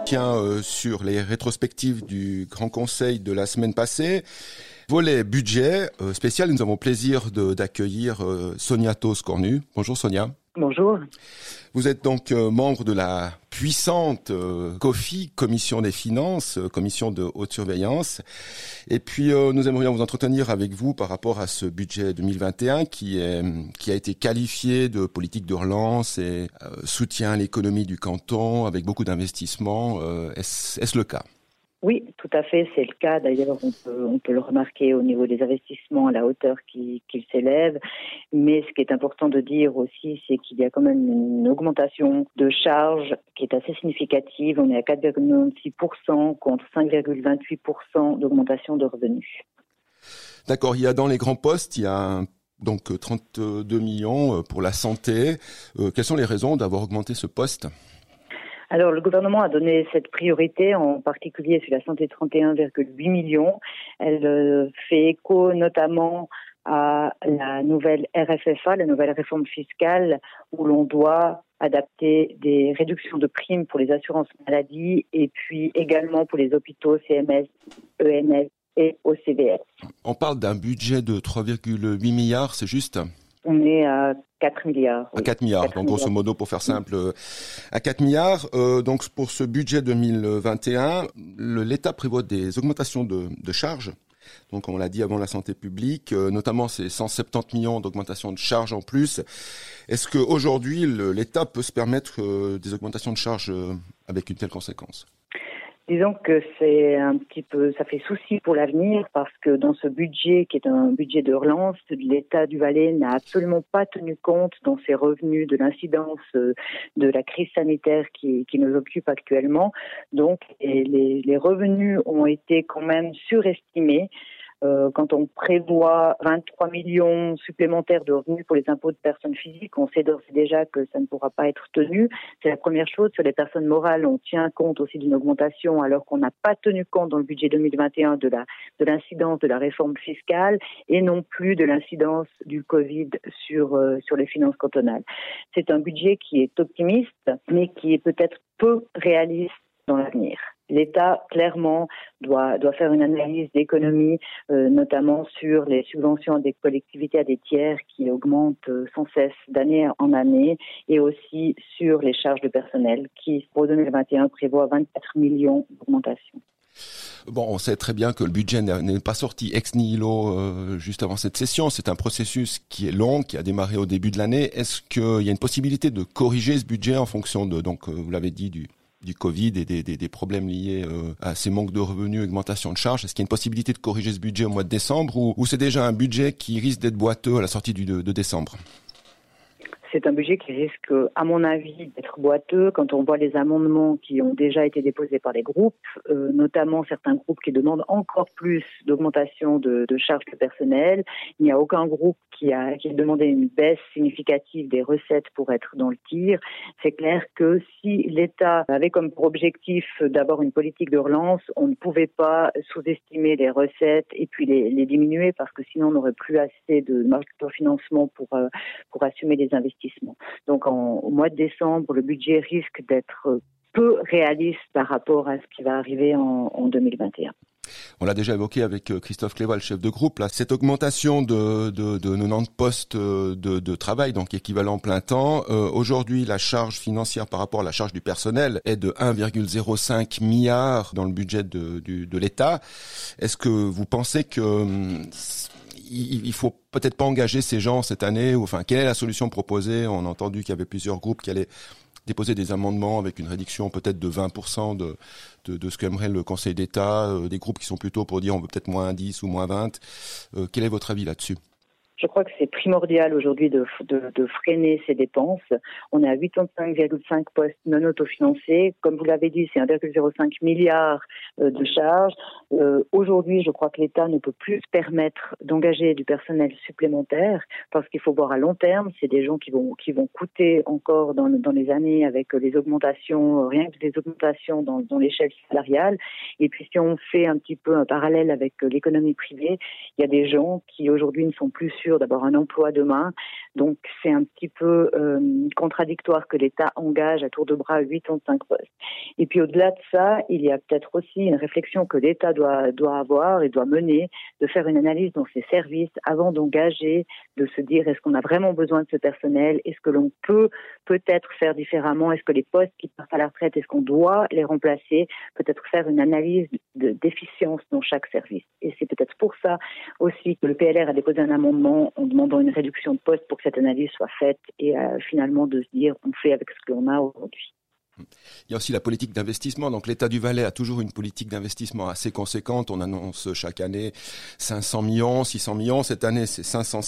entretien sur les rétrospectives du Grand Conseil de la semaine passée. Volet budget spécial, nous avons le plaisir d'accueillir Sonia Toos-Cornu. Bonjour Sonia. Bonjour. Vous êtes donc membre de la puissante COFI, Commission des finances, Commission de haute surveillance. Et puis nous aimerions vous entretenir avec vous par rapport à ce budget 2021 qui a été qualifié de politique de relance et soutient l'économie du canton avec beaucoup d'investissements. Est-ce le cas ? Oui, tout à fait, c'est le cas. D'ailleurs, on peut le remarquer au niveau des investissements à la hauteur qu'ils s'élèvent. Mais ce qui est important de dire aussi, c'est qu'il y a quand même une augmentation de charges qui est assez significative. On est à 4,96% contre 5,28% d'augmentation de revenus. D'accord, il y a dans les grands postes, il y a donc 32 millions pour la santé. Quelles sont les raisons d'avoir augmenté ce poste ? Alors, le gouvernement a donné cette priorité, en particulier sur la santé, 31,8 millions. Elle fait écho notamment à la nouvelle RFFA, la nouvelle réforme fiscale, où l'on doit adapter des réductions de primes pour les assurances maladie et puis également pour les hôpitaux CMS, ENS et OCVS. On parle d'un budget de 3,8 milliards, c'est juste ? On est à 4 milliards. Oui. À 4 milliards, donc grosso modo, pour faire simple, à 4 milliards. Donc pour ce budget 2021, l'État prévoit des augmentations de charges. Donc on l'a dit avant, la santé publique, notamment ces 170 millions d'augmentations de charges en plus. Est-ce qu'aujourd'hui, l'État peut se permettre des augmentations de charges avec une telle conséquence ? Disons que c'est un petit peu, ça fait souci pour l'avenir parce que dans ce budget qui est un budget de relance, l'État du Valais n'a absolument pas tenu compte dans ses revenus de l'incidence de la crise sanitaire qui nous occupe actuellement. Donc les revenus ont été quand même surestimés. Quand on prévoit 23 millions supplémentaires de revenus pour les impôts de personnes physiques, on sait d'ores et déjà que ça ne pourra pas être tenu. C'est la première chose. Sur les personnes morales, on tient compte aussi d'une augmentation alors qu'on n'a pas tenu compte dans le budget 2021 de l'incidence de la réforme fiscale et non plus de l'incidence du Covid sur les finances cantonales. C'est un budget qui est optimiste, mais qui est peut-être peu réaliste dans l'avenir. L'État, clairement, doit faire une analyse d'économie, notamment sur les subventions des collectivités à des tiers qui augmentent sans cesse d'année en année, et aussi sur les charges de personnel qui, pour 2021, prévoient 24 millions d'augmentation. Bon, on sait très bien que le budget n'est pas sorti ex nihilo juste avant cette session. C'est un processus qui est long, qui a démarré au début de l'année. Est-ce qu'il y a une possibilité de corriger ce budget en fonction de, donc vous l'avez dit, du Covid et des problèmes liés à ces manques de revenus, augmentation de charges? Est-ce qu'il y a une possibilité de corriger ce budget au mois de décembre ou c'est déjà un budget qui risque d'être boiteux à la sortie de décembre? C'est un budget qui risque, à mon avis, d'être boiteux quand on voit les amendements qui ont déjà été déposés par les groupes, notamment certains groupes qui demandent encore plus d'augmentation de charges de personnel. Il n'y a aucun groupe qui a demandé une baisse significative des recettes pour être dans le tir. C'est clair que si l'État avait comme objectif d'avoir une politique de relance, on ne pouvait pas sous-estimer les recettes et puis les diminuer parce que sinon on n'aurait plus assez de marge de financement pour assumer les investissements. Donc au mois de décembre, le budget risque d'être peu réaliste par rapport à ce qui va arriver en 2021. On l'a déjà évoqué avec Christophe Cléval, chef de groupe. Là, cette augmentation de 90 postes de travail, donc équivalent plein temps. Aujourd'hui, la charge financière par rapport à la charge du personnel est de 1,05 milliard dans le budget de l'État. Est-ce que vous pensez que il faut peut-être pas engager ces gens cette année, ou enfin, quelle est la solution proposée? On a entendu qu'il y avait plusieurs groupes qui allaient déposer des amendements avec une réduction peut-être de 20% de ce qu'aimerait le Conseil d'État, des groupes qui sont plutôt pour dire on veut peut-être moins 10 ou moins 20. Quel est votre avis là-dessus? Je crois que c'est primordial aujourd'hui de freiner ces dépenses. On est à 85,5 postes non autofinancés. Comme vous l'avez dit, c'est 1,05 milliard de charges. Aujourd'hui, je crois que l'État ne peut plus se permettre d'engager du personnel supplémentaire parce qu'il faut voir à long terme. C'est des gens qui vont coûter encore dans les années avec les augmentations, rien que des augmentations dans l'échelle salariale. Et puis si on fait un petit peu un parallèle avec l'économie privée, il y a des gens qui aujourd'hui ne sont plus sûrs d'avoir un emploi demain. Donc c'est un petit peu contradictoire que l'État engage à tour de bras 85 postes. Et puis au-delà de ça, il y a peut-être aussi une réflexion que l'État doit avoir et doit mener, de faire une analyse dans ses services avant d'engager, de se dire est-ce qu'on a vraiment besoin de ce personnel, est-ce que l'on peut peut-être faire différemment, est-ce que les postes qui partent à la retraite, est-ce qu'on doit les remplacer, peut-être faire une analyse d'efficience dans chaque service. Et c'est peut-être pour ça aussi que le PLR a déposé un amendement en demandant une réduction de postes pour que cette analyse soit faite et finalement de se dire on fait avec ce qu'on a aujourd'hui. Il y a aussi la politique d'investissement. Donc l'État du Valais a toujours une politique d'investissement assez conséquente. On annonce chaque année 500 millions, 600 millions. Cette année, c'est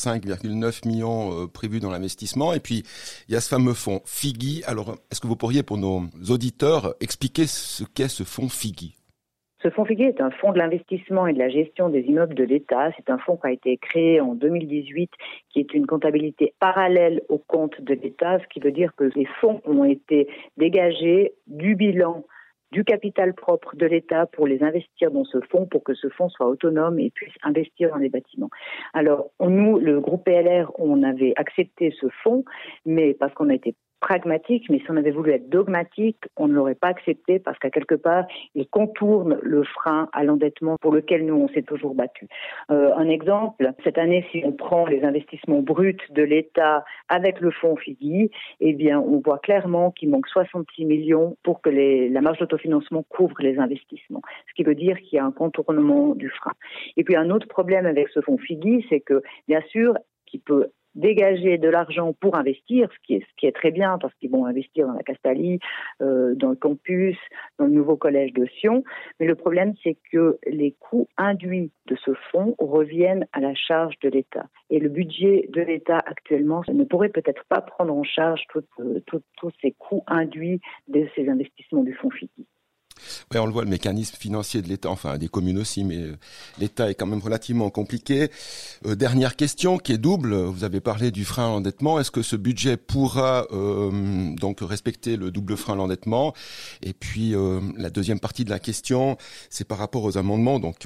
505,9 millions prévus dans l'investissement. Et puis, il y a ce fameux fonds FIGI. Alors, est-ce que vous pourriez, pour nos auditeurs, expliquer ce qu'est ce fonds FIGI ? Ce fonds FIGI est un fonds de l'investissement et de la gestion des immeubles de l'État. C'est un fonds qui a été créé en 2018, qui est une comptabilité parallèle au compte de l'État, ce qui veut dire que les fonds ont été dégagés du bilan du capital propre de l'État pour les investir dans ce fonds, pour que ce fonds soit autonome et puisse investir dans les bâtiments. Alors, nous, le groupe PLR, on avait accepté ce fonds, mais parce qu'on a été pragmatique, mais si on avait voulu être dogmatique, on ne l'aurait pas accepté parce qu'à quelque part, il contourne le frein à l'endettement pour lequel nous, on s'est toujours battu. Un exemple, cette année, si on prend les investissements bruts de l'État avec le fonds FIGI, eh bien, on voit clairement qu'il manque 66 millions pour que la marge d'autofinancement couvre les investissements. Ce qui veut dire qu'il y a un contournement du frein. Et puis, un autre problème avec ce fonds FIGI, c'est que, bien sûr, qu'il peut dégager de l'argent pour investir, ce qui est très bien parce qu'ils vont investir dans la Castalie, dans le campus, dans le nouveau collège de Sion. Mais le problème, c'est que les coûts induits de ce fonds reviennent à la charge de l'État. Et le budget de l'État actuellement ne pourrait peut-être pas prendre en charge tous ces coûts induits de ces investissements du fonds FIGI. Oui, on le voit, le mécanisme financier de l'État, enfin des communes aussi, mais l'État est quand même relativement compliqué. Dernière question qui est double. Vous avez parlé du frein à l'endettement. Est-ce que ce budget pourra donc respecter le double frein à l'endettement ? Et puis la deuxième partie de la question, c'est par rapport aux amendements. Donc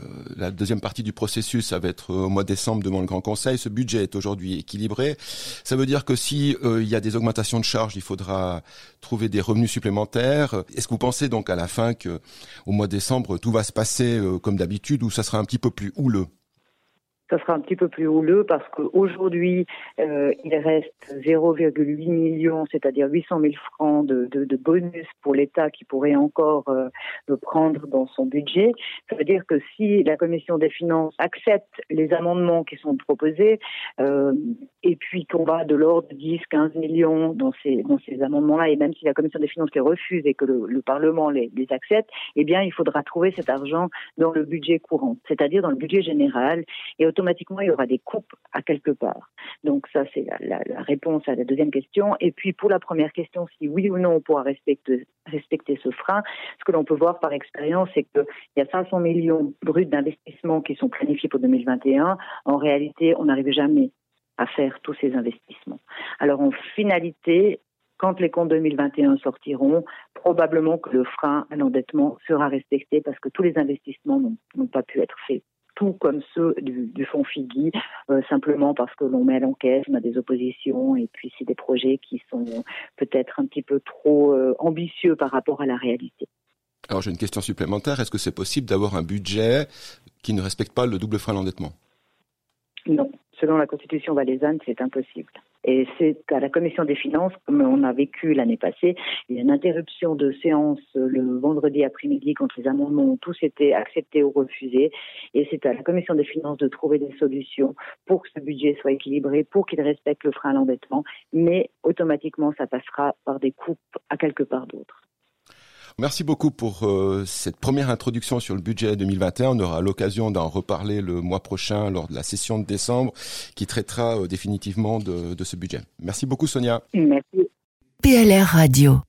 la deuxième partie du processus, ça va être au mois de décembre devant le Grand Conseil. Ce budget est aujourd'hui équilibré. Ça veut dire que si il y a des augmentations de charges, il faudra trouver des revenus supplémentaires. Est-ce que vous pensez donc à la fin que au mois de décembre tout va se passer comme d'habitude ou ça sera un petit peu plus houleux? Ça sera un petit peu plus houleux parce qu'aujourd'hui, il reste 0,8 millions, c'est-à-dire 800 000 francs de bonus pour l'État qui pourrait encore le prendre dans son budget. Ça veut dire que si la Commission des finances accepte les amendements qui sont proposés, et puis qu'on va de l'ordre de 10-15 millions dans ces amendements-là, et même si la Commission des finances les refuse et que le Parlement les accepte, eh bien, il faudra trouver cet argent dans le budget courant, c'est-à-dire dans le budget général, et automatiquement, il y aura des coupes à quelque part. Donc ça, c'est la réponse à la deuxième question. Et puis, pour la première question, si oui ou non on pourra respecter ce frein, ce que l'on peut voir par expérience, c'est qu'il y a 500 millions bruts d'investissements qui sont planifiés pour 2021. En réalité, on n'arrive jamais à faire tous ces investissements. Alors, en finalité, quand les comptes 2021 sortiront, probablement que le frein à l'endettement sera respecté parce que tous les investissements n'ont pas pu être faits. Tout comme ceux du fonds FIGI, simplement parce que l'on met à l'enquête, on a des oppositions et puis c'est des projets qui sont peut-être un petit peu trop ambitieux par rapport à la réalité. Alors j'ai une question supplémentaire, est-ce que c'est possible d'avoir un budget qui ne respecte pas le double frein à l'endettement ? Non, selon la Constitution valaisanne, c'est impossible. Et c'est à la Commission des finances, comme on a vécu l'année passée, il y a une interruption de séance le vendredi après-midi quand les amendements ont tous été acceptés ou refusés. Et c'est à la Commission des finances de trouver des solutions pour que ce budget soit équilibré, pour qu'il respecte le frein à l'endettement. Mais automatiquement, ça passera par des coupes à quelque part d'autre. Merci beaucoup pour cette première introduction sur le budget 2021. On aura l'occasion d'en reparler le mois prochain lors de la session de décembre qui traitera définitivement de ce budget. Merci beaucoup Sonia. Merci. PLR Radio.